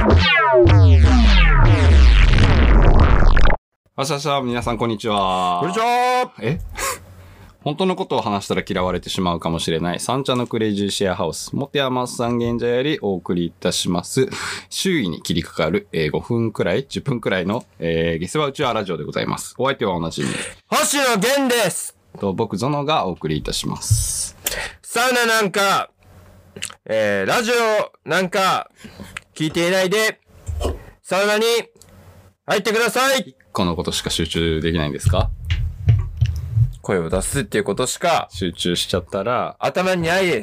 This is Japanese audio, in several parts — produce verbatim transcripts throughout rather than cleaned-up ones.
あしゃしゃ、皆さんこんにちは。 こんにちは。 え本当のことを話したら嫌われてしまうかもしれない三茶のクレイジーシェアハウス元山三軒茶屋よりお送りいたします。周囲に切りかかる、えー、ごふんくらいじゅっぷんくらいの、えー、下世話うちわラジオでございます。お相手は同じみ星野源ですと僕ゾノがお送りいたします。 サウナなんか、えー、ラジオなんか聞いていないでサウナに入ってください。 このことしか集中できないんですか？ 声を出すっていうことしか集中しちゃったら頭にないです。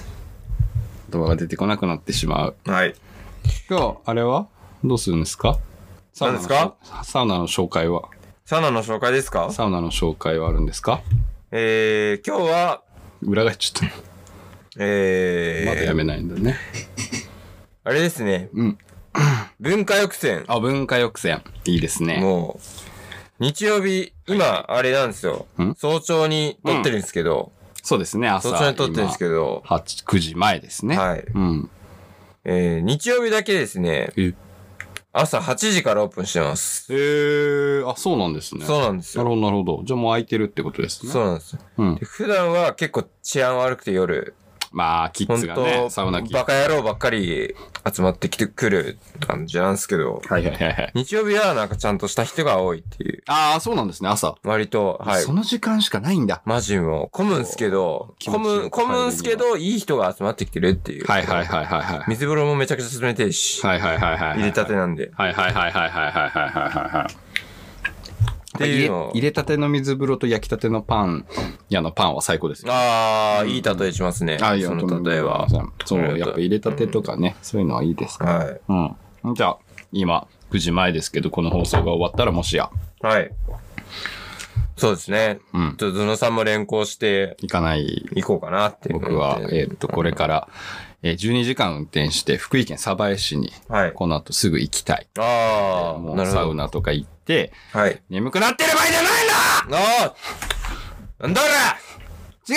言葉が出てこなくなってしまう。 はい。 今日あれはどうするんですか？ 何ですか？ サウナの紹介はサウナの紹介ですか？ サウナの紹介はあるんですか？ えー、今日は裏返っちゃった。 えー、 まだやめないんだね。 あれですね。 うん。 文化抑制。 あ、文化抑制。いいですね。 もう、日曜日、今、あれなんですよ。早朝に撮ってるんですけど。 うん、そうですね、朝。 早朝に撮ってるんですけど。 はち、くじまえですね。 はい。 うん。 えー、日曜日だけですね。 え朝はちじからオープンしてます。 へえー、あ、そうなんですね。 そうなんですよ。 なるほど、なるほど。じゃあもう空いてるってことですね。 そうなんですよ。 うん。 で普段は結構治安悪くて夜。 まあ、キッズがね、サウナキッズ。 バカ野郎ばっかり集まってきてくる感じなんですけど。 はいはいはいはい。 日曜日はなんかちゃんとした人が多いっていう。 ああ、そうなんですね、朝。 割と、はい。 その時間しかないんだ。 マジも混むんすけど、混む、混むんすけど、いい人が集まってきてるっていう。 はいはいはいはいはい。 水風呂もめちゃくちゃ冷てるし。 はいはいはいはい。 入れたてなんで。 はいはいはいはいはいはいはいはいはい。 っていうの入れたての水風呂と焼きたてのパン屋のパンは最高ですよ。 ああ、いい例えしますね。 ああ、いいその例えは。 そう、やっぱ入れたてとかね、そういうのはいいですはい。 うん。じゃあ、今、くじまえですけど、この放送が終わったらもしや。 はい。そうですね。 うん。 ちょっとゾノさんも連行して。 行かない。 行こうかなって。 僕は、えっと、これから、えー、じゅうにじかん運転して、福井県鯖江市に、はい。この後すぐ行きたい。 ああ、 もうサウナとか行って、 はい。 眠くなってる場合じゃないんだああなんだ俺違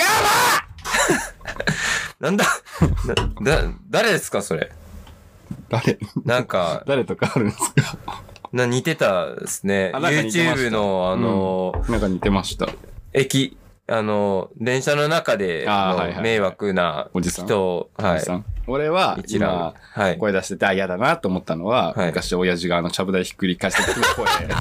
うななんだな、だ、誰ですかそれ。 誰なんか、 誰とかあるんですかな、似てたですね。YouTube の、あの、 うん、なんか似てました。 駅、あの、電車の中での迷惑な人、 はい。俺は、今、 はい、 声出してて、あ、嫌だなと思ったのは、はい、昔親父があの、ちゃぶ台ひっくり返した時の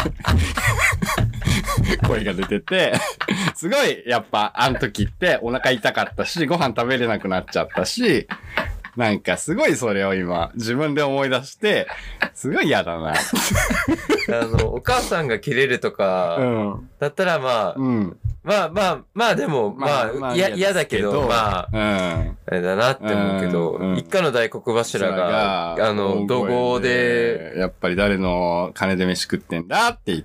声、声が出てて、すごい、やっぱ、あの時ってお腹痛かったし、ご飯食べれなくなっちゃったし、なんかすごいそれを今、自分で思い出して、すごい嫌だな。あの、お母さんが切れるとか、うん、だったらまあ、うん、まあまあ、まあでも、まあ、嫌、まあ、嫌だけど、まあ、うん、あれだなって思うけど、うん、一家の大黒柱が、あの、怒号で、 やっぱり誰の金で飯食ってんだって言って、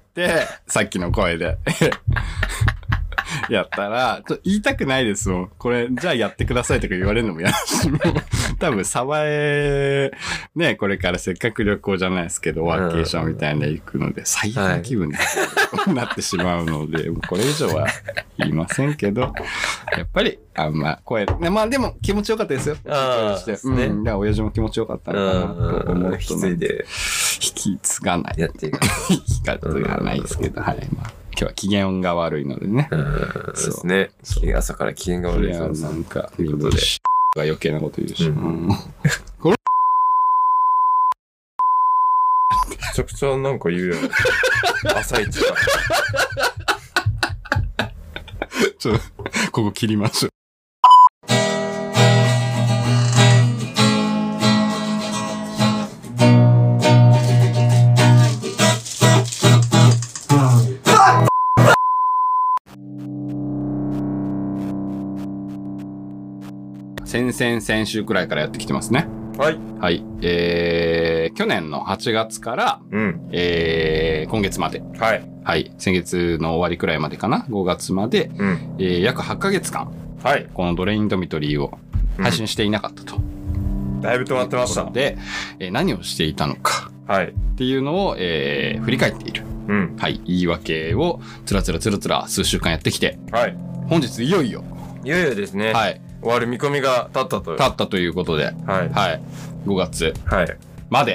さっきの声で。やったら、ちょ言いたくないですもん。これ、じゃあやってくださいとか言われるのも嫌だし、もう多分、鯖江、ね、これからせっかく旅行じゃないですけど、ワーケーションみたいな行くので、最悪な気分になってしまうので、もうこれ以上は言いませんけど、やっぱり、あんま、声、ね、まあでも気持ちよかったですよ。 ああ、 うん。だから親父も気持ちよかったのかなと思うと。 引き継いで。 引き継がない。 やっていく。 引き継がないですけど、はい。まあ今日は機嫌が悪いのでね。 そうですね。朝から機嫌が悪いそうです。なんか、身分が余計なこと言うし。これめちゃくちゃなんか言うよね。朝一から。 ちょ、ここ切りましょう。先々先週くらいからやってきてますね。 はい。 はい。えー、去年のはちがつから、うん、えー、今月まで。 はい。 はい。先月の終わりくらいまでかな。ごがつまで、うん、えー、約はちかげつかん。 はい。 このドレインドミトリーを配信していなかったと。うん、 だいぶ止まってました。 で、えー、何をしていたのか。 はい。 っていうのを、えー、振り返っている。うん。はい。言い訳を、つらつらつらつら数週間やってきて。 はい。 本日いよいよ。 いよいよですね。 はい。 終わる見込みが立ったと。 立ったということで。 はい。 はい。ごがつ。 はい。 まで、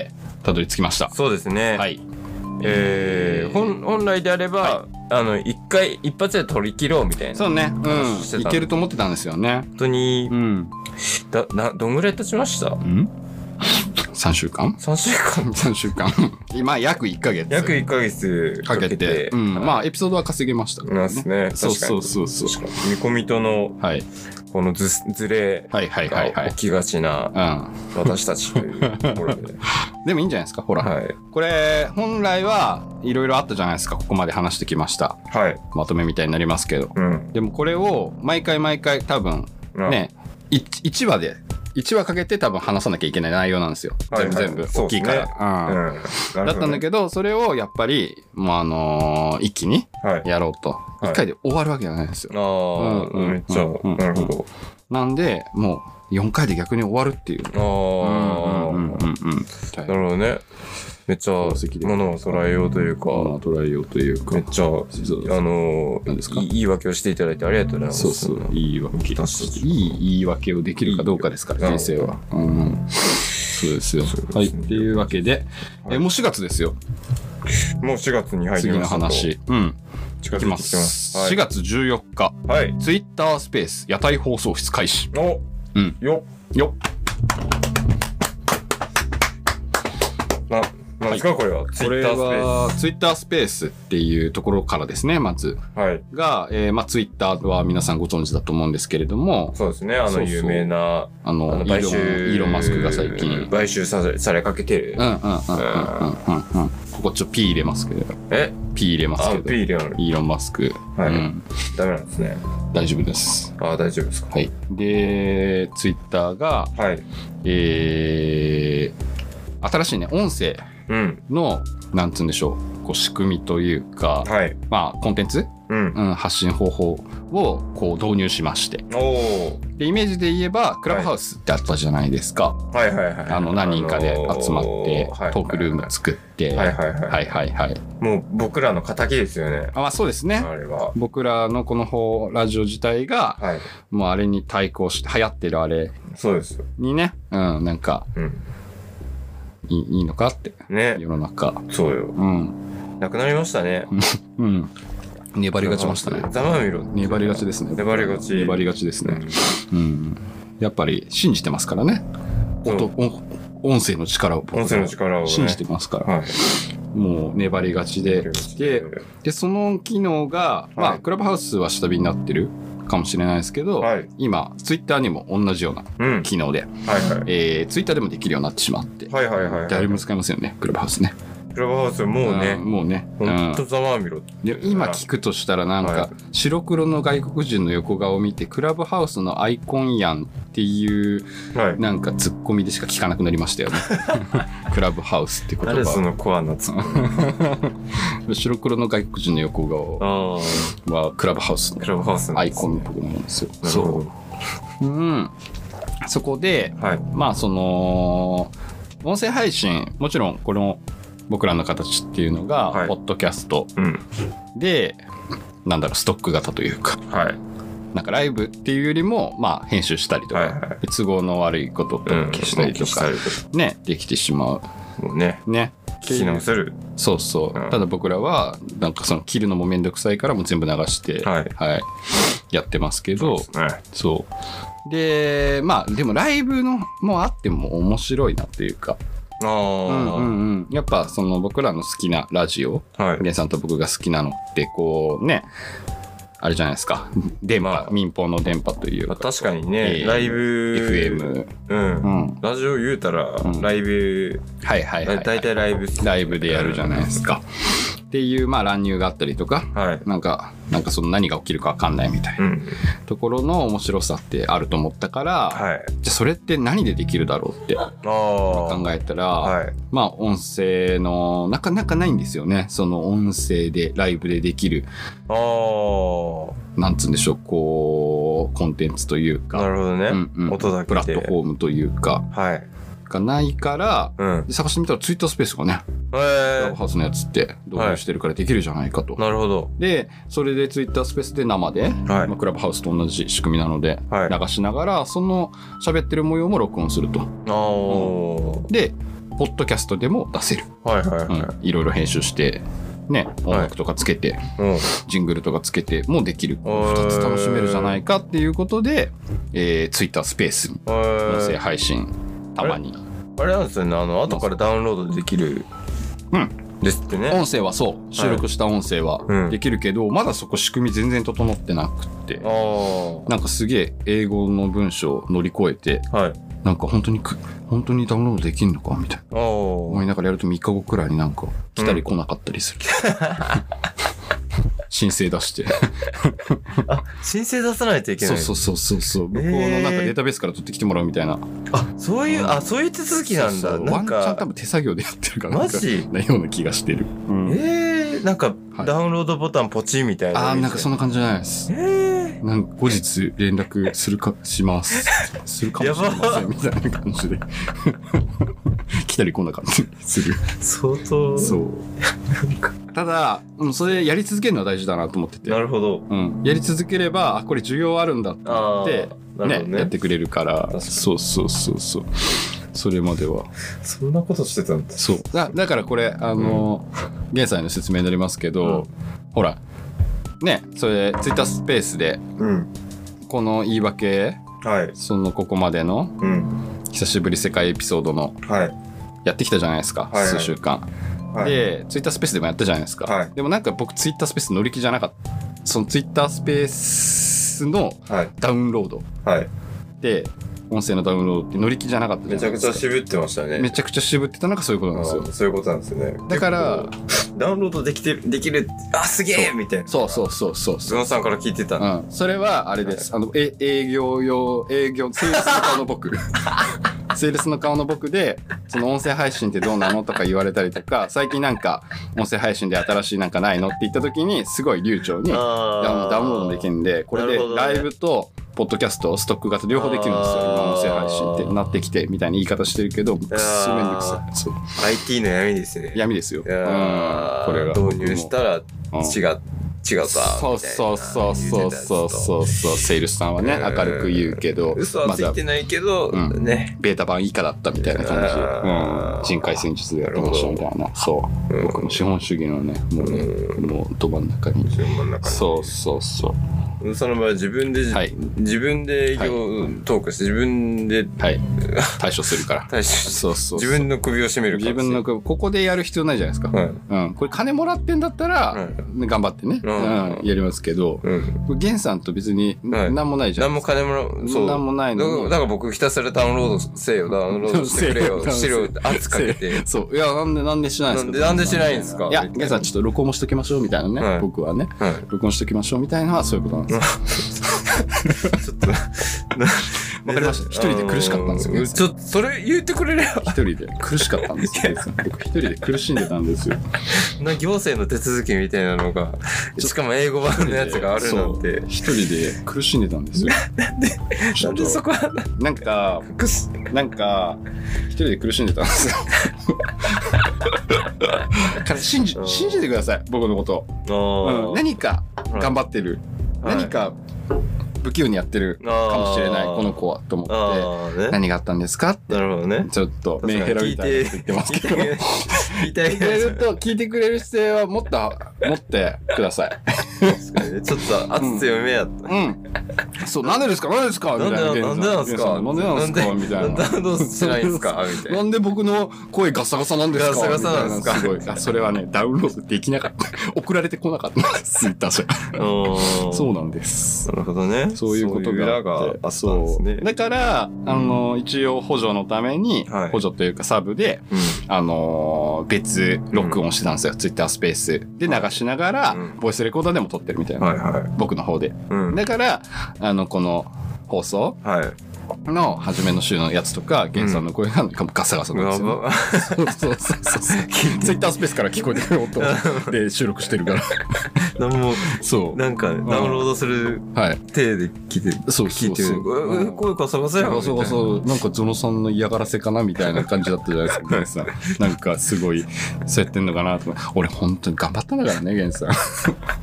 たどり着きました。 そうですね。 はい。 えー、本本来であれば、はい、あの一回一発で取り切ろうみたいな。 そうね。うん。いけると思ってたんですよね。 本当に。うん。だなどんぐらい経ちました？うん。 さんしゅうかん ?さん 週間 ?さんしゅうかん。今、約いっかげつ。 約いっかげつかけて。かけてうん、はい、まあ、エピソードは稼げましたからね。 ですね。 そうそうそうそう。 見込みとの、はい、このずずれが起きがちな私たちというところで。 でもいいんじゃないですか、ほら。はい、これ、本来はいろいろあったじゃないですか、ここまで話してきました。はい、まとめみたいになりますけど。うん、でもこれを、毎回毎回多分、ね、いちわで、いちわかけて多分話さなきゃいけない内容なんですよ。全部全部。大きいから。だったんだけど、それをやっぱり、もうあのー、一気にやろうと。一、はい、回で終わるわけじゃないんですよ。 ああ、うん、めっちゃ、うん、なるほど。 なんで、もうよんかいで逆に終わるっていう。ああ、うんうんうんうん。 なるほどね。めっちゃ物を捉えようというか、 物を捉えようというか、 めっちゃ、あのー、ですかいい言い訳をしていただいてありがとうございます。 そうそう、いい言い訳。いい言い訳をできるかどうかですから、人生は。うん。そうですよ。はい。っていうわけで、え、もうしがつですよ。 もうしがつに入りました。 次の話。うん。近づいてきてます。しがつじゅうよっか。はい。ツイッタースペース、屋台放送室開始。 おうん。よよな、なんですか、はい、これは。 これは、ツイッタースペースっていうところからですね、まず。はい。が、えー、まあ、ツイッターは皆さんご存知だと思うんですけれども。 そうですね、あの、有名な、 あの、買収、イーロン・マスクが最近。 買収され、されかけてる。 うんうんうんうんうんうんうん。ここちょっと P 入れますけど。 え ?P 入れますけど。 あ、P 入れる。 イーロン・マスク。 はい。うん、ダメなんですね。 大丈夫です。 あ、大丈夫ですか。 はい。で、ツイッターが、はい。えー、新しいね、音声の、うん、なんつうんでしょう、こう仕組みというか、はい。まあ、コンテンツ、うんうん、発信方法をこう導入しまして。おでイメージで言えばクラブハウスってあったじゃないですか。 はいはいはい。 あの何人かで集まってトークルーム作って。 はいはいはい。はいはいはい。もう僕らの仇ですよね。 あ、まあそうですね。あれは。僕らのこの方ラジオ自体が、はい、もうあれに対抗して流行ってるあれ。 そうです。 にね、うん、なんか、うん、いい、いいのかって。ね。世の中。 そうよ。うん。なくなりましたね。 うん。粘りがちましたね。 ざまみろ。 粘りがちですね。 粘りがち。 粘りがちですね。うん。うん、やっぱり信じてますからね。音、音声の力を僕は音声の力を、ね、 信じてますから。はい、もう粘りがちで来て、で、その機能が、まあ、はい、クラブハウスは下火になってるかもしれないですけど、はい、今、ツイッターにも同じような機能で、うんはいはいえー、ツイッターでもできるようになってしまって、はいはいはいはい、誰も使いませんよね、クラブハウスね。 クラブハウスもうね、 もうね、 ほんとざまあみろ。 今聞くとしたらなんか、白黒の外国人の横顔を見て、クラブハウスのアイコンやんっていう、なんかツッコミでしか聞かなくなりましたよね。クラブハウスって言葉。 誰そのコアなツッコミ。白黒の外国人の横顔はクラブハウスのアイコンっぽくなるんですよ。そう。うん。そこで、はい、まあその、音声配信、もちろんこの僕らの形っていうのが、はい、ポッドキャストで、うん、なんだろう、ストック型というか、はい、なんかライブっていうよりも、まあ編集したりとか、はいはい、都合の悪いことと消したりとか、うん、ね、できてしまう。 もうね。 ね。 聞き直せる。 そうそう。うん、ただ僕らは、なんかその切るのもめんどくさいからもう全部流して、はい、はい、やってますけど、そう、ね、そう。で、まあ、でもライブのもあっても面白いなっていうか、あうんうんうん、やっぱその僕らの好きなラジオ、はい、レンさんと僕が好きなのってこうね、あれじゃないですか、電波、まあ、民放の電波というか、 まあ、確かにね、えー、ライブエフエム、 うんうん、ラジオ言うたら、うん、ライブ、 はいはいはい、はい、 大体ライブライブでやるじゃないですか、っていうまあ乱入があったりとか、はい、なんかなんかその何が起きるか分かんないみたいな、うん、ところの面白さってあると思ったから、はい、じゃあそれって何でできるだろうって考えたら、はい、まあ音声のなかなかないんですよね。その音声でライブでできる、あなんつうんでしょう、こうコンテンツというか、 なるほどね、うんうん、音だけでプラットフォームというか、はい、がないから、うん、探してみたらツイッタースペースがね、クラブハウスのやつって導入してるからできるじゃないかと、 はい、なるほど。でそれでツイッタースペースで生で、はいまあ、クラブハウスと同じ仕組みなので、はい、流しながらその喋ってる模様も録音すると、あ、うん、でポッドキャストでも出せる。 はいはいはい。うん、 いろいろ編集して、ね、音楽とかつけて、はい、ジングルとかつけてもできる。ふたつ楽しめるじゃないかっていうことで、えー、Twitter スペースに音声配信、たまに。 あれなんですよね、あの、後からダウンロードできる。 うん。 ですってね。 音声はそう、収録した音声はできるけど、はいうん、まだそこ仕組み全然整ってなくて、なんかすげえ英語の文章を乗り越えて、はい、なんか本当にく本当にダウンロードできんのかみたいな思いながらやるとみっかごくらいになんか来たり来なかったりする、うん、申請出してあ申請出さないといけない。 そうそうそうそう向こうのなんかデータベースから取ってきてもらうみたいな。 あそういう、うん、あそういう手続きなんだ。そうそうなんかワンチャン多分手作業でやってるからマジなような気がしてる、うん、 えー、なんかダウンロードボタンポチみたいな、 はい、あなんかそんな感じじゃないです。えー、なんか後日連絡するかしますするかもしれませんみたいな感じで来たり来なかったりする。 相当そうただそれやり続けるのは大事だなと思ってて。 なるほど、 うん、やり続ければあこれ需要あるんだって言ってね、ねやってくれるから。そうそうそうそうそれまではそんなことしてたんだ。 そう だ, だからこれあの、うん、現在の説明になりますけど、うん、ほらねそれツイッタースペースで、うん、この言い訳、はい、そのここまでの、うん、久しぶり世界エピソードの、はい、やってきたじゃないですか、はいはい、数週間、はい、でツイッタースペースでもやったじゃないですか、はい、でもなんか僕ツイッタースペース乗り気じゃなかったそのツイッタースペースのダウンロード、はい、で音声のダウンロードって乗り気じゃなかったじゃないですか。 めちゃくちゃ渋ってましたね。 めちゃくちゃ渋ってたのがそういうことなんですよ。 そういうことなんですよね。 だからダウンロードできてできるあすげえみたいな。 そうそうそうそうズノンさんから聞いてた。 うん。それはあれです。はい、あのえ営業用営業セールスの顔の僕セールスの顔の僕でその音声配信ってどうなのとか言われたりとか最近なんか音声配信で新しいなんかないのって言った時にすごい流暢にダウンロードできるんでこれでライブとポッドキャストストック型両方できるんですよ。今音声配信ってなってきてみたいな言い方してるけどくっそめんどくさい。そうアイティー の闇ですね。 闇ですよ。うん、これが導入したら違う違ったそうそうそうそうそうそうそうセールスさんはね明るく言うけど嘘はついてないけど、まうん、ねベータ版以下だったみたいな感じ、うん、人海戦術でやってましたみたいなそう、うん、僕の資本主義のねもうね、うん、もうど真ん中にそうそうそうその場合自分で、はい、自分で営業トークして自分で、 はい、対処するから対処そうそう自分の首を絞めるから自分の首ここでやる必要ないじゃないですか、はいうん、これ金もらってんだったら、はい、頑張ってね、うんうん、やりますけど、うん、ゲンさんと別に何もないじゃん、 はい、何も金もらうそう何もないのにだから僕ひたすらダウンロードせよダウンロードしてくれよ資料圧かけてそういやなんでなんでしないんですかなんでしないんですかいやゲンさんちょっと録音もしときましょうみたいなね、はい、僕はね、はい、録音しときましょうみたいなのはそういうことなんですちょっとわかりました。一人で苦しかったんですよ。 ちょっとそれ言ってくれれば。 一人で苦しかったんですよ。僕一人で苦しんでたんですよ。 な行政の手続きみたいなのが、しかも英語版のやつがあるなんて。 一人で苦しんでたんですよ。 なんでなんでそこはなんかなんか一人で苦しんでたんですよ。彼信じ信じてください僕のこと。うん、何か頑張ってる。何か不器用にやってるかもしれないこの子はと思って、ね、何があったんですかってなるほど、ね、 ちょっとメンヘラみたいなこと言ってますけど聞いてくれると聞いてくれる姿勢はもっと持ってください確かに、ね、ちょっと圧強めやった、うん、 うん、そうなんでですかなんでですかみたいななんでなんですかなんでなんですかみたいななんでどうしないんですかみたいななんで僕の声ガサガサなんですかガサガサなんですかすごいあそれはねダウンロードできなかった送られてこなかったツイッター社そうなんですなるほどねそういうことがあって、そう。だから、あの、一応補助のために、はい、補助というかサブで、うん、あの、別録音してたんですよ。うん、ツイッタースペースで流しながら、うん、ボイスレコーダーでも撮ってるみたいな。はいはい、僕の方で、うん。だから、あの、この放送、はいの初めの週のやつとか、ゲンさんの声がガサガサなんですよ、ね。うん、そうそうそうそう。ツイッタースペースから聞こえてくる音で収録してるから。 なんも、そう。なんか、ダウンロードする手で聞いてる。はい、そう聞いてる。え、声ガサガサやん。 ガサガサ。なんかゾノさんの嫌がらせかなみたいな感じだったじゃないですか、ゲンさん。なんかすごい、そうやってんのかなと。俺本当に頑張ったんだからね、ゲンさん。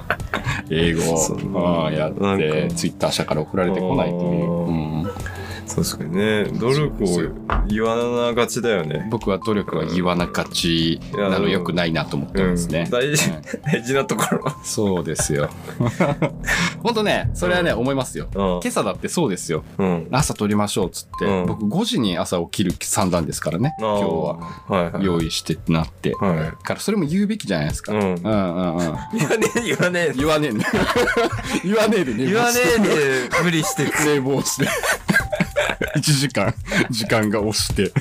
英語をやって、ツイッター社から送られてこないという。うん確かにね。努力を言わながちだよね。 僕は努力は言わながちなの良くないなと思ってますね。 うん、大事、うん、大事なところ。 そうですよ。ほんとね、それはね、うん、思いますよ、うん。今朝だってそうですよ。うん、朝撮りましょうっつって、うん、僕ごじに朝起きる算段ですからね。今日は、はいはい、用意してってなって、はい、からそれも言うべきじゃないですか。うん、うんうんうん。言わねえ、言わねえ。 言わねえね。言わねえで寝坊して。 言わねえで無理して寝坊して。いちじかん時間が押して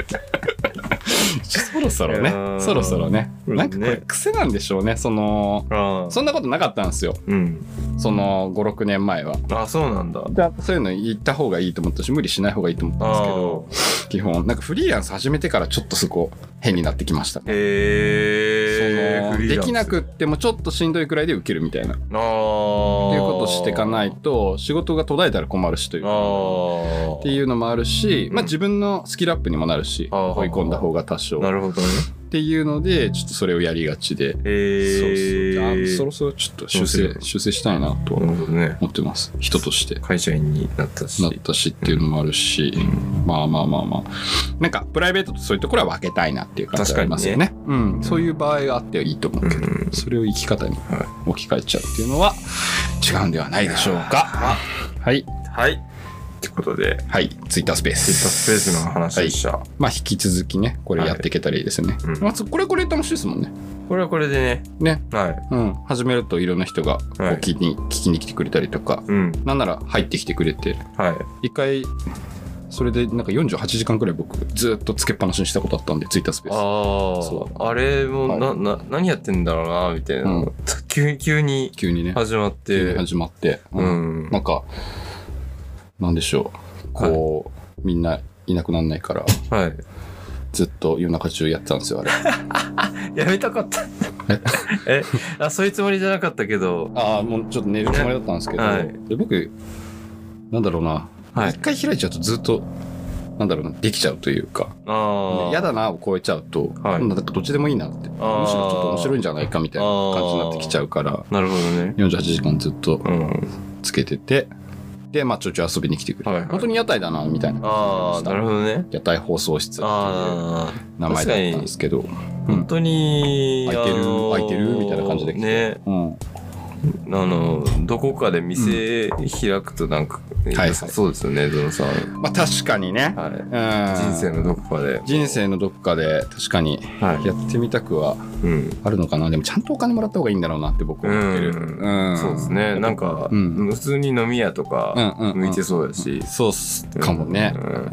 そろそろねそろそろねなんかこれ癖なんでしょうね。そのそんなことなかったんですよ、うん、そのごろくねんまえは。 あ、そうなんだ。 でそういうの言った方がいいと思ったし無理しない方がいいと思ったんですけど、基本なんかフリーランス始めてからちょっとそこ変になってきました。へー、できなくってもちょっとしんどいくらいで受けるみたいなっていうことをしていかないと仕事が途絶えたら困るしというかっていうのもあるし、まあ自分のスキルアップにもなるし、追い込んだ方が多少。 なるほどね。 っていうのでちょっとそれをやりがちで、えー、そうそう、あ、そろそろちょっと修正修正したいなと思ってます、ね、人として会社員になったしなったしっていうのもあるし、うん、まあまあまあまあなんかプライベートとそういうところは分けたいなっていう感じがありますよね。確かにね、うん、そういう場合があってはいいと思うけど、うん、それを生き方に置き換えちゃうっていうのは違うんではないでしょうか。はいはいということで、 はい、ツイッタースペース。 ツイッタースペースの話でした。はい、 まあ引き続きね、これやっていけたらいいですよね。はい、うん、まあこれこれ楽しいですもんね。 これはこれでね。 ね。はい。うん。始めるといろんな人がこう聞きに、はい、聞きに来てくれたりとか、うん、なんなら入ってきてくれて、はい。一回それでなんかよんじゅうはちじかんくらい僕ずっとつけっぱなしにしたことあったんで、ツイッタースペース。ああ。そう。あれも、はい、なな何やってんだろうなみたいな、うん、急に急に急にね始まって、 急に始まって、うん、うん、なんかなんでしょう。こう、はい、みんないなくならないから、はい、ずっと夜中中やってたんですよ、あれ。 やめたかった。えあ、そういうつもりじゃなかったけど。 ああ、もうちょっと寝るつもりだったんですけど、はい、で僕、なんだろうな、はい、一回開いちゃうとずっと、なんだろうな、できちゃうというか、嫌だなを超えちゃうと、はい、なんかどっちでもいいなって、むしろちょっと面白いんじゃないかみたいな感じになってきちゃうから、 なるほどね。 よんじゅうはちじかんずっとつけてて、で、まあ、ちょいちょい遊びに来てくれる、はいはい。本当に屋台だな、みたいな。 ああ、なるほどね。 屋台放送室っていう名前だったんですけど。 本当に、 空いてる、空いてるみたいな感じで来て。ね。うん。 あの、どこかで店開くとなんか、うん、はい、そうですよね、ゾノさん。 まあ確かにね、はい、 うん。人生のどこかで。 人生のどこかで確かにやってみたくはあるのかな。でもちゃんとお金もらった方がいいんだろうなって僕は思ってる。うんうん、そうですね。なんか、うん、普通に飲み屋とか向いてそうだし。うんうんうん、 そうっすかもね。うん。うん、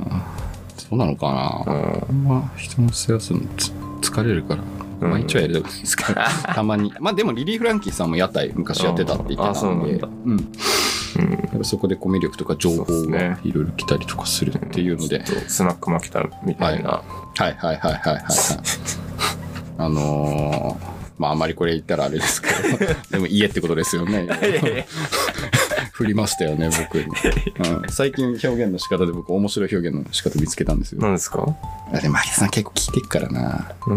そうなのかな。うん、まあ人の世話するの疲れるから。まあ一応やりたくないですけど、たまに。まあでもリリー・フランキーさんも屋台昔やってたって言ってたんで、うん。やっぱそこでコミュ力とか情報がいろいろ来たりとかするっていうので。 ね、スナックマキタみたいな。 はい、はいはいはいはいはい。あのー、まああまりこれ言ったらあれですけど、でも家ってことですよね。振りましたよね、僕に、うん。最近表現の仕方で僕面白い表現の仕方見つけたんですよ。 何ですか？ あでもマキさん結構聞いてっからな。うん？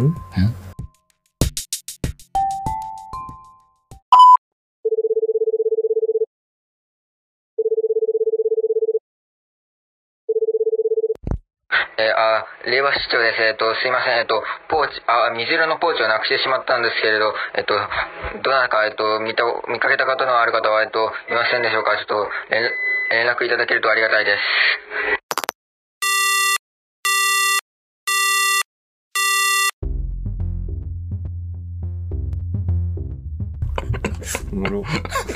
えー、あ、令和市長です。えっと、すいません。えっと、ポーチ、あ、水色のポーチをなくしてしまったんですけれど、えっと、どなたか、えっと、見た、見かけた方のある方は、えっと、いませんでしょうか？ちょっと連、連絡いただけるとありがたいです。 おもろ。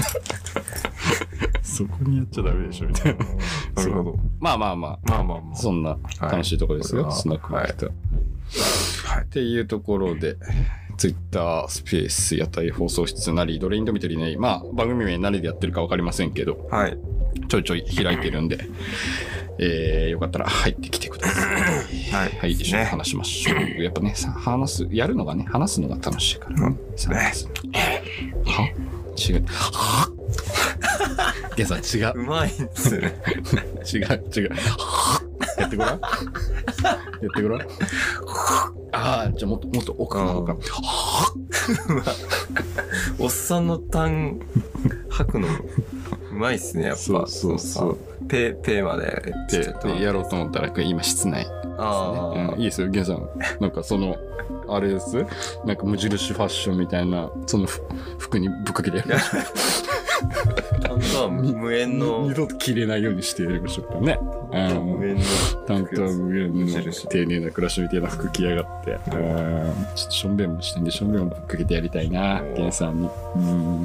そこにやっちゃダメでしょみたいな。 なるほど。 まあまあまあ。 まあまあまあ。 そんな楽しいところですよ。はい、スナックマキタ。はい。っていうところで、ツイッタースペース、屋台放送室なり、ドレインドミトリーなり、まあ番組名何でやってるか分かりませんけど、はい。ちょいちょい開いてるんで、えー、よかったら入ってきてください。はい。はい、一緒に話しましょう。やっぱね、話す、やるのがね、話すのが楽しいから。うん。さあ、は違う。はゲさん違う。 うまいんですね。 違う、違う。やってごらん。やってごらん。ああ、じゃあもっと、もっと奥の方から。 おっさんの痰吐くのうまいっすね、やっぱ。 そうそうそう。 ペ、ペーまで。 で、やろうと思ったら、今室内ですね。 ああ、 うん。いいですよ、ゲンさん。なんかその、あれです。なんか無印ファッションみたいな、その服にぶっかけてやりましょう。 ちゃんと無縁の。 二度と着れないようにしてやりましょうかね。 無縁の。 担当無縁の丁寧な暮らしみたいな服着やがって。ちょっとしょんべんもしてんで、しょんべんもぶっかけてやりたいな、ゲンさんに。うん。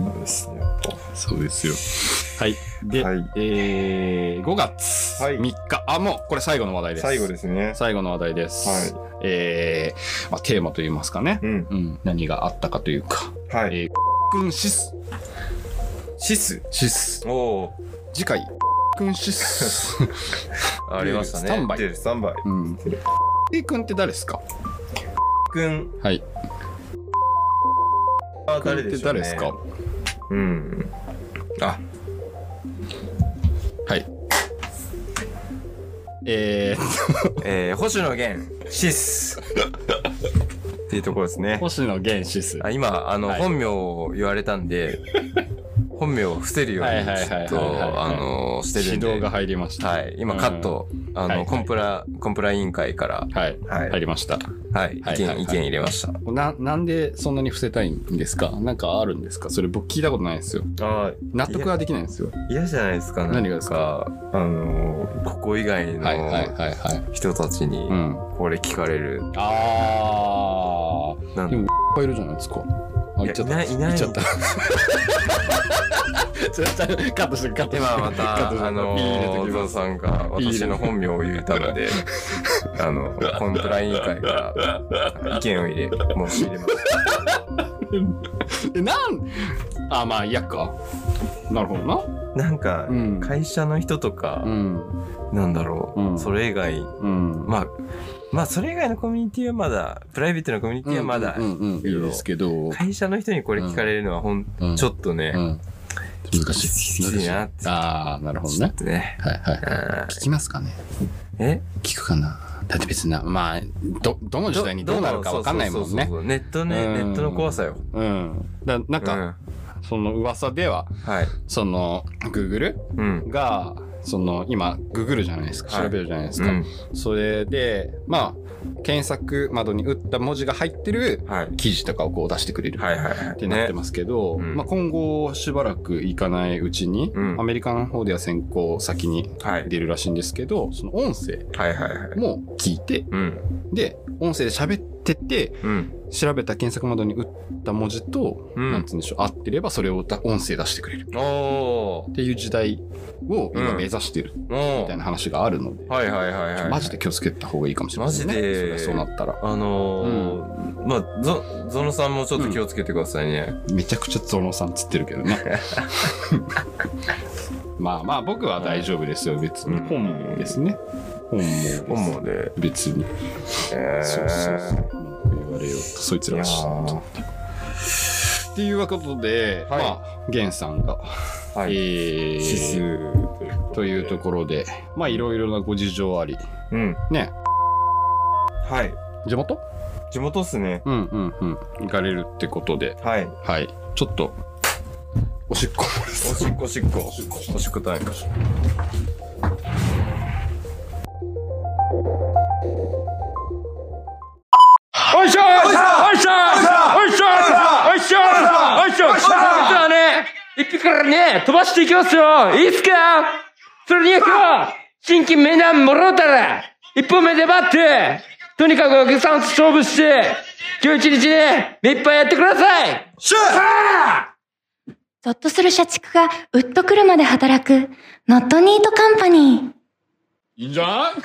そうですね。 そうですよ。はい。で、はい、えー、ごがつみっか、はい。あ、もう、これ最後の話題です。 最後ですね。 最後の話題です。はい。えー、まあ、テーマといいますかね。うん。うん、何があったかというか。はい。えー、くんシス。 シスシス。 おー。 次回、くんシス。 ありましたね。 スタンバイ。 スタンバイ。 うん。えー、くんって誰ですか？ くん。 はい。 あ、誰でしょうね。 誰ですか？ うん。あ。 はい。えー、 えー、星野源シスっていうところですね。 星野源シス。 あ、今あの、はい、本名を言われたんで。本名を伏せるようにちょっとあのしてるんで指導が入りました。 はい、今カット、うん、あの、はい、コンプラコンプラ委員会からはい、はい、入りました。 はい、意見意見入れました。 ななんでそんなに伏せたいんですか？なんかあるんですか？それ僕聞いたことないんですよ。あ納得はできないんですよ。 嫌じゃないですか。 何がですか？ あのここ以外の人たちにこれ聞かれる。 ああ。でもいっぱいいるじゃないですか。あ、言っちゃった。いない。言っちゃった。カットしてカットして。 今また、あのー、小沢さんが私の本名を言ったので、あの、コンプラ委員会から意見を入れ、申し入れます。 え、なんあ、まあ、いやか。なるほどな。 なんか、うん、会社の人とか、うん、なんだろう、うん、それ以外、うん、まあ、まあそれ以外のコミュニティはまだプライベートなコミュニティはまだいいですけど、 会社の人にこれ聞かれるのはほん、うん、ちょっとね、うん、 難しいきついなって。 ああ、なるほどね。 ねはいはい。聞きますかね。 え？ 聞くかな。だって別な、まあどどの時代にどうなるかわかんないもんね。 ネットね、ネットの怖さよ。 うん。だなんか、うん、その噂では、はい、その Google が、うんその今ググるじゃないですか、調べるじゃないですか、はいうん、それでまあ検索窓に打った文字が入ってる記事とかをこう出してくれるってなってますけど、まあ、今後しばらくいかないうちに、うん、アメリカの方では先行先に出るらしいんですけど、その音声も聞いて、で音声で喋ってて、うん、調べた検索窓に打った文字と、うん、なんつうんでしょう、合ってればそれを音声出してくれるっていう時代を今目指してるみたいな話があるので、 はいはいはいはい、 マジで気をつけた方がいいかもしれないですね。 マジでそれそうなったら、 あのーうん、まあゾゾノさんもちょっと気をつけてくださいね。 うん、めちゃくちゃゾノさんつってるけどね。まあまあ僕は大丈夫ですよ、別に。本望ですね。本望本望で別に。えー、そうそうそう。言われようとそいつらは知ったっていうことで、はい、まあゲンさんが。はい、えー、 指数というところで、まあいろいろなご事情あり、うん、ね、 はい、 地元？ 地元っすね。 うんうんうん、行かれるってことで、 はい、 はい、ちょっとおしっこおしっこおしっこおしっこタイム。 おいしょおいしょおいしょおいしょおいしょおいしょおいしょ実はね、一匹からね、飛ばしていきますよ。いいっすか？それに今日、新規メダルもろうたら、一本目でバッて、とにかくお客さんと勝負して、今日一日ね、目いっぱいやってください。 シュー！ ゾッとする社畜がウッとくるまで働く、ノットニートカンパニー。いいんじゃん？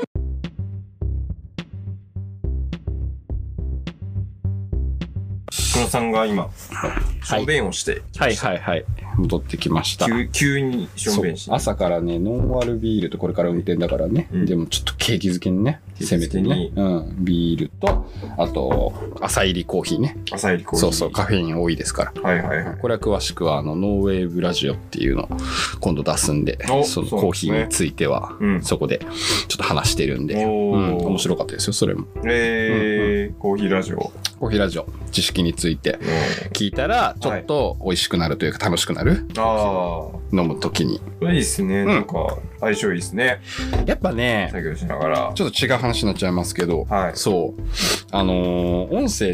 久野さんが今、しょんべんをして、 はい、はいはいはい戻ってきました。 急、急にしょんべんして。 朝からね、ノンアルビールとこれから運転だからね。うん、でもちょっと景気づけにね、せめてね。うん。ビールと、あと、朝入りコーヒーね。 朝入りコーヒー。 そうそう、カフェイン多いですから。 はいはいはい。 これは詳しくは、あの、ノーウェーブラジオっていうのを今度出すんで、そのコーヒーについては、そこでちょっと話してるんで、うん、面白かったですよ、それも。 えー、コーヒーラジオ。 コーヒーラジオ。知識について聞いたら、ちょっと美味しくなるというか楽しくなる。ああ。飲むときに。 いいですね。なんか、相性いいですね。 やっぱね、 作業しながら。 ちょっと違う話になっちゃいますけど、はい、そう。あのー、音声って、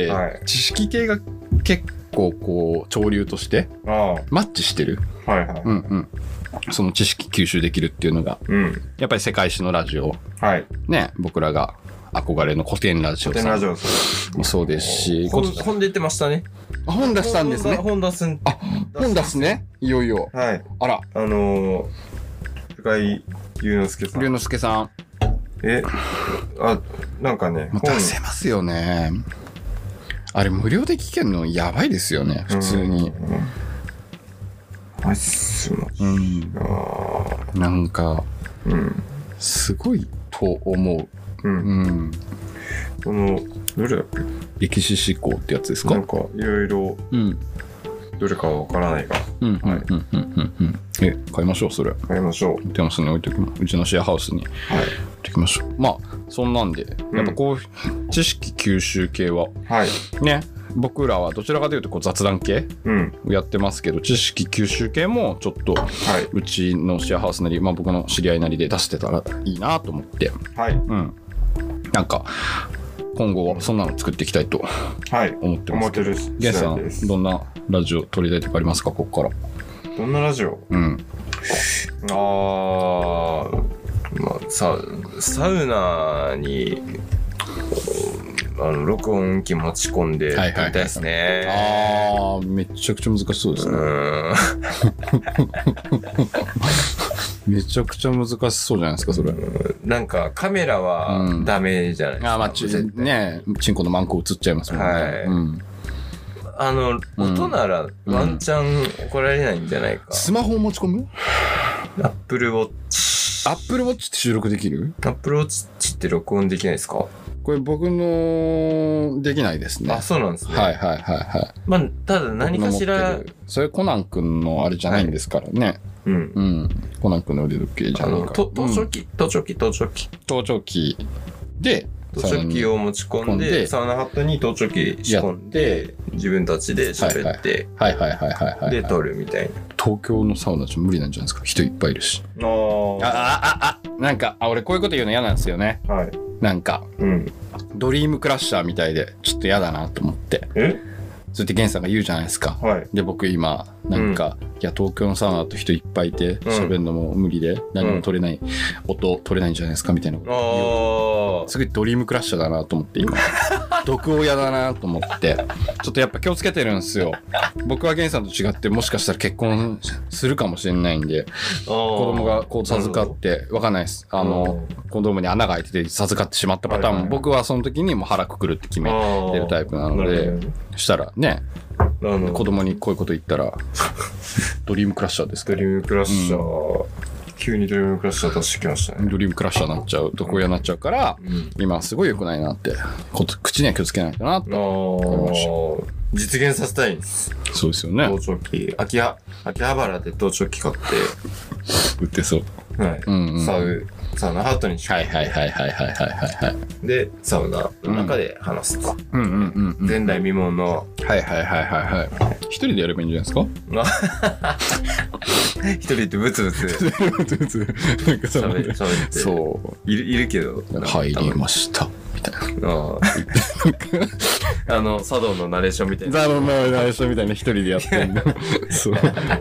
知識系が結構こう、潮流として、マッチしてる。はいはい。うんうん。その知識吸収できるっていうのが、うん、やっぱり世界史のラジオ。はい。ね、僕らが憧れの古典ラジオさん。古典ラジオもそうですし。 本、本出てましたね。 あ、本出したんですね。 本出すん。 あ、本出すね。いよいよ。 はい。 あら。 あのー、深井龍之介さん。 龍之介さん。 え、あ、なんかね。 出せますよね。あれ無料で聞けるのやばいですよね、普通に。 あっすまうん。なんか、うん、すごいと思う。うん。うん、 この、どれだっけ？ 歴史思考ってやつですか？ なんか、いろいろ、うん。どれかはわからないが。 うん。はい。うん。うん。うん。うん。え、買いましょう、それ。 買いましょう。 テラスに置いておきます。うちのシェアハウスに。はい。置いておきましょう。まあ、そんなんで、やっぱこう、うん、知識吸収系は、はい。ね。僕らはどちらかというとこう雑談系をやってますけど、うん、知識吸収系もちょっとうちのシェアハウスなり、まあ、僕の知り合いなりで出してたらいいなと思って、はい、うん、なんか今後はそんなの作っていきたいと思ってますけど、はい、ゲンさんどんなラジオ撮りたいとかありますか？ここからどんなラジオ？うん、あー、まあ、さサウナにあの録音機持ち込んで撮りたいですね。 ああ、めちゃくちゃ難しそうですね。めちゃくちゃ難しそうじゃないですか、それ。 なんかカメラはダメじゃないですか。 あ、まあ、ちね、チンコのマンコ映っちゃいますもんね。はい。うん、 あの、音ならワンチャン怒られないんじゃないか。 スマホを持ち込む？ アップルウォッチ。 アップルウォッチって収録できる？ アップルウォッチって録音できないですか？ これ僕のできないですね。 あ、そうなんですね。 はいはいはいはい。 まあ、ただ何かしら。 それコナン君のあれじゃないんですからね。はい、うん。うん。コナン君の腕時計じゃないから。 盗聴器、盗聴器、盗聴器。 盗聴器で、 盗聴器を持ち込んで、サウナハットに盗聴器仕込んで、自分たちで喋って、 はいはいはいはいはい。 で、撮るみたいな。 東京のサウナじゃ無理なんじゃないですか。人いっぱいいるし。ああ。あ、あ、あ、なんか、あ、俺こういうこと言うの嫌なんですよね。はい。なんか、うん、ドリームクラッシャーみたいでちょっと嫌だなと思って。え？そうやってゲンさんが言うじゃないですか。はい、で僕今なんか、うん、いや東京のサウナだと人いっぱいいて喋るのも無理で、うん、何も取れない、うん、音取れないんじゃないですかみたいなこと言う。すごいドリームクラッシャーだなと思って今毒親だなと思ってちょっとやっぱ気をつけてるんですよ。僕はゲンさんと違ってもしかしたら結婚するかもしれないんで子供がこう授かってわかんないです。あの子供に穴が開いてて授かってしまったパターンも、はいはい、僕はその時にもう腹くくるって決めてるタイプなのでしたらね子供にこういうこと言ったらドリームクラッシャーですか、 ね、ドリームクラッシャー、うん、急にドリームクラッシャー出してきましたね。 ドリームクラッシャーになっちゃう毒親になっちゃうから、うん、今すごい良くないなって口には気をつけないとなと思いました。 実現させたいんです。 そうですよね。 盗聴器秋葉秋葉原で盗聴器買って売ってそう。 はい。うんうん、サウサウナハートにしはいはいはいはいはいはいはいでサウナの中で話すと。うんうんうんうん。前代未聞のはいはいはいはいはい。一人でやればいいんじゃないですか。一人ってブツブツブツブツなんか喋ってそういるいるけど入りましたみたいな。ああの茶道のナレーションみたいな。 茶道のナレーションみたいな一人でやってんの。そう。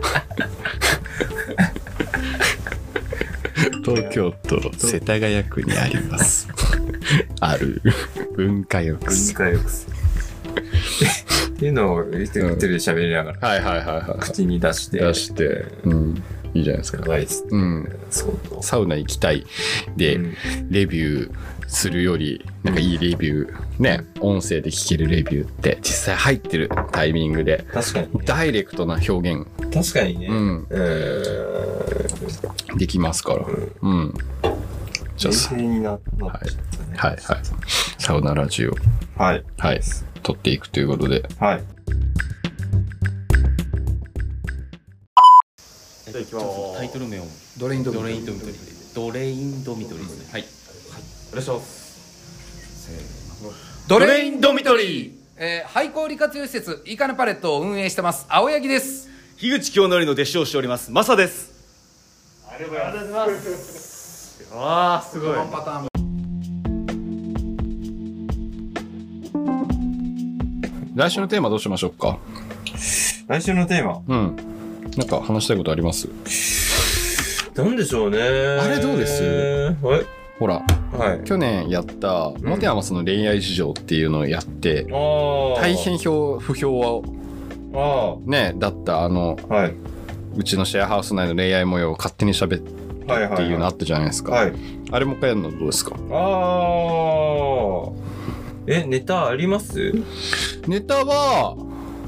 東京都世田谷区にありますある文化浴文化浴っていうのを一人で喋りながら、 はいはいはいはい、 口に出して出して、うん、いいじゃないですか。 やばいですね、うん、 そうサウナ行きたいで、うん、レビューするよりなんかいいレビューね、音声で聞けるレビューって実際入ってるタイミングで確かに、ね、 ダイレクトな表現確かにね、うんえー、できますから、うん、うん、 じゃあ冷静になっちゃったね、 はい、はいはいサウナラジオはいはい撮っていくということで、 はいじゃあいきます。 タイトル名をドレインドミトリードレインドミトリーですね。はい、はい、 お願いします。せーのドレインドミトリー、えー、廃校利活用施設イカネパレットを運営してます青柳です。 樋口清則の弟子をしておりますマサです。 ありがとうございます。わーすごい。ワンパターン。 来週のテーマどうしましょうか。 来週のテーマ、 うん、なんか話したいことあります？ なんでしょうね。 あれどうです？ほら、 はい、 去年やったモテアマスの恋愛事情っていうのをやって、うん、大変不評はねだったあの、はい、うちのシェアハウス内の恋愛模様を勝手に喋ってっていうのあったじゃないですか、はいはいはい、あれもう一回やるのどうですか？ あーえネタあります？ ネタは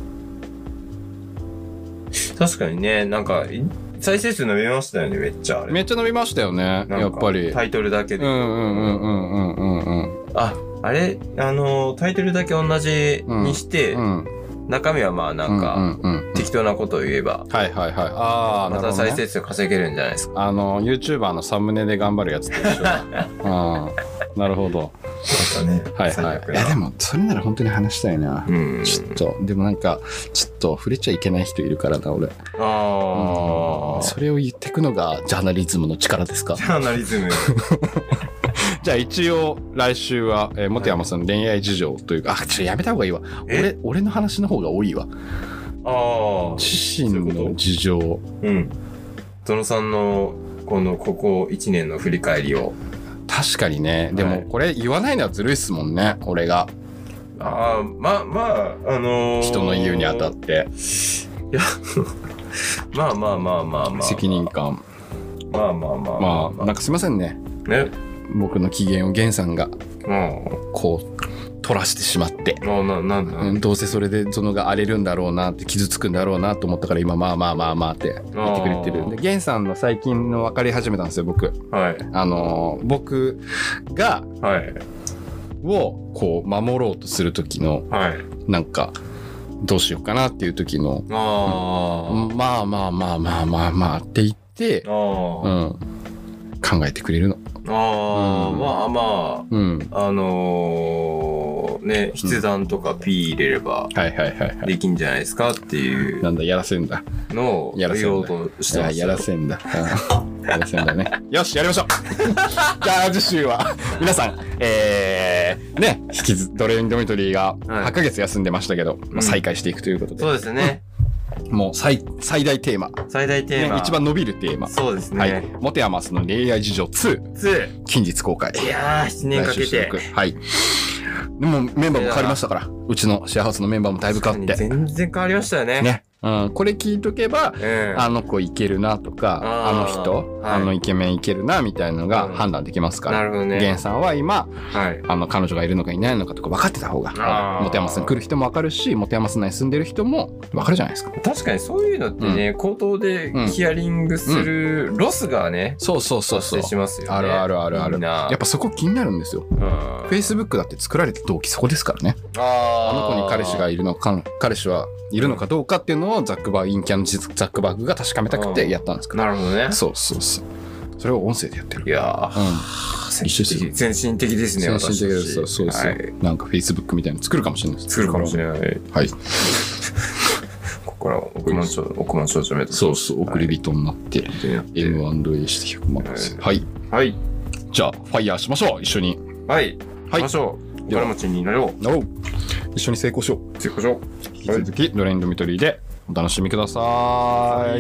確かにね、なんか再生数伸びましたよね。めっちゃあれめっちゃ伸びましたよね。やっぱりタイトルだけで。 うんうんうんうんうんうんうん。 あ、あれあのタイトルだけ同じにして、うんうん、中身はまあなんか、うんうんうん、適当なことを言えば、 はいはいはい。ああ、 また再生数稼げるんじゃないですか。 あの YouTuber のサムネで頑張るやつと一緒だ。ああ、なるほど。 そうだね。 はいはい。いやでもそれなら本当に話したいな。うん、ちょっとでもなんかちょっと触れちゃいけない人いるからな俺。ああ、うん。それを言ってくのがジャーナリズムの力ですか？ ジャーナリズム。 じゃあ一応来週は、えー、本山さんの恋愛事情というか、あ、ちょっとやめた方がいいわ。俺俺の話の方が多いわ。ああ。自身の事情。 うん。ゾノさんのこのここいちねんの振り返りを。 確かにね。でもこれ言わないのはずるいっすもんね、俺が。 ああ、まあまあ、あのー、 人の言うにあたって。 いや、まあまあまあまあまあ。 責任感。 まあまあまあまあ。 まあ、なんかすいませんね。 ね。 僕の機嫌をゲンさんが、こう、取らしてしまって。 あななんだ、 うん、どうせそれでゾノが荒れるんだろうなって、傷つくんだろうなと思ったから今、まあまあまあまあって言ってくれてるんで、ゲンさんの最近の分かり始めたんですよ、僕。はい。あのー、僕が、はい。を、こう、守ろうとする時の、はい。なんか、どうしようかなっていう時の、あ、うん、まあまあまあまあまあまあって言って、あ、うん。考えてくれるの。 ああ、うん、まあまあ、うん、あのー、ね、筆談とか P 入れればできんじゃないですかっていう。 なんだ、やらせんだ。 のを言おうとしてますよ。 やらせんだ。やらせんだね。よし、やりましょう。じゃあ次週は皆さん、えー、ね、引きずドレインドミトリーがはちかげつ休んでましたけど、はい、まあ、再開していくということで。 そうですね。 もう 最, 最大テーマ。 最大テーマ、 ね。一番伸びるテーマ。 そうですね。 はい。モテアマスの恋愛事情ツー。 ツー。 近日公開。 いやー、しちねんかけて。 はい。でもメンバーも変わりましたから。うちのシェアハウスのメンバーもだいぶ変わって。 全然変わりましたよね。 ね。うん、これ聞いとけば、うん、あの子いけるなとか、あ, あの人、はい、あのイケメンいけるなみたいなのが判断できますから。うん、なるほどね。ゲンさんは今、はい、あの彼女がいるのかいないのかとか分かってた方が、モテヤマスに来る人も分かるし、モテヤマス内に住んでる人も分かるじゃないですか。 確かにそういうのってね、うん、口頭でヒアリングするロスがね、 うん、そうそうそうそう。 発生しますよね。 あるあるあるある。やっぱそこ気になるんですよ。Facebook だって作られた動機そこですからね。あ, あの子に彼氏がいるのか、彼氏はいるのかどうかっていうのをザックバーグ、陰キャのザックバーグが確かめたくてやったんですから。 なるほどね。 そうそうそう。それを音声でやってる。 いやー、うん、先進的、先進的ですね。 先進的です。そうそうそう、はい。なんか Facebook みたいなの作るかもしれないです。 作るかもしれない。はい。ここから億万長億万長者目指す。 そうそう、送り人になって エムアンドエー してひゃくまんです。はい。 はい。 じゃあファイヤーしましょう、一緒に。 はい。はい。しましょう。お金持ちになろう。 なろう。一緒に成功しよう。 成功しよう。 引き続きドレインドミトリーでお楽しみください。はい。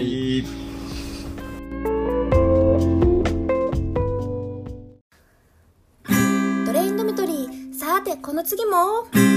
ドレインドミトリー、さてこの次も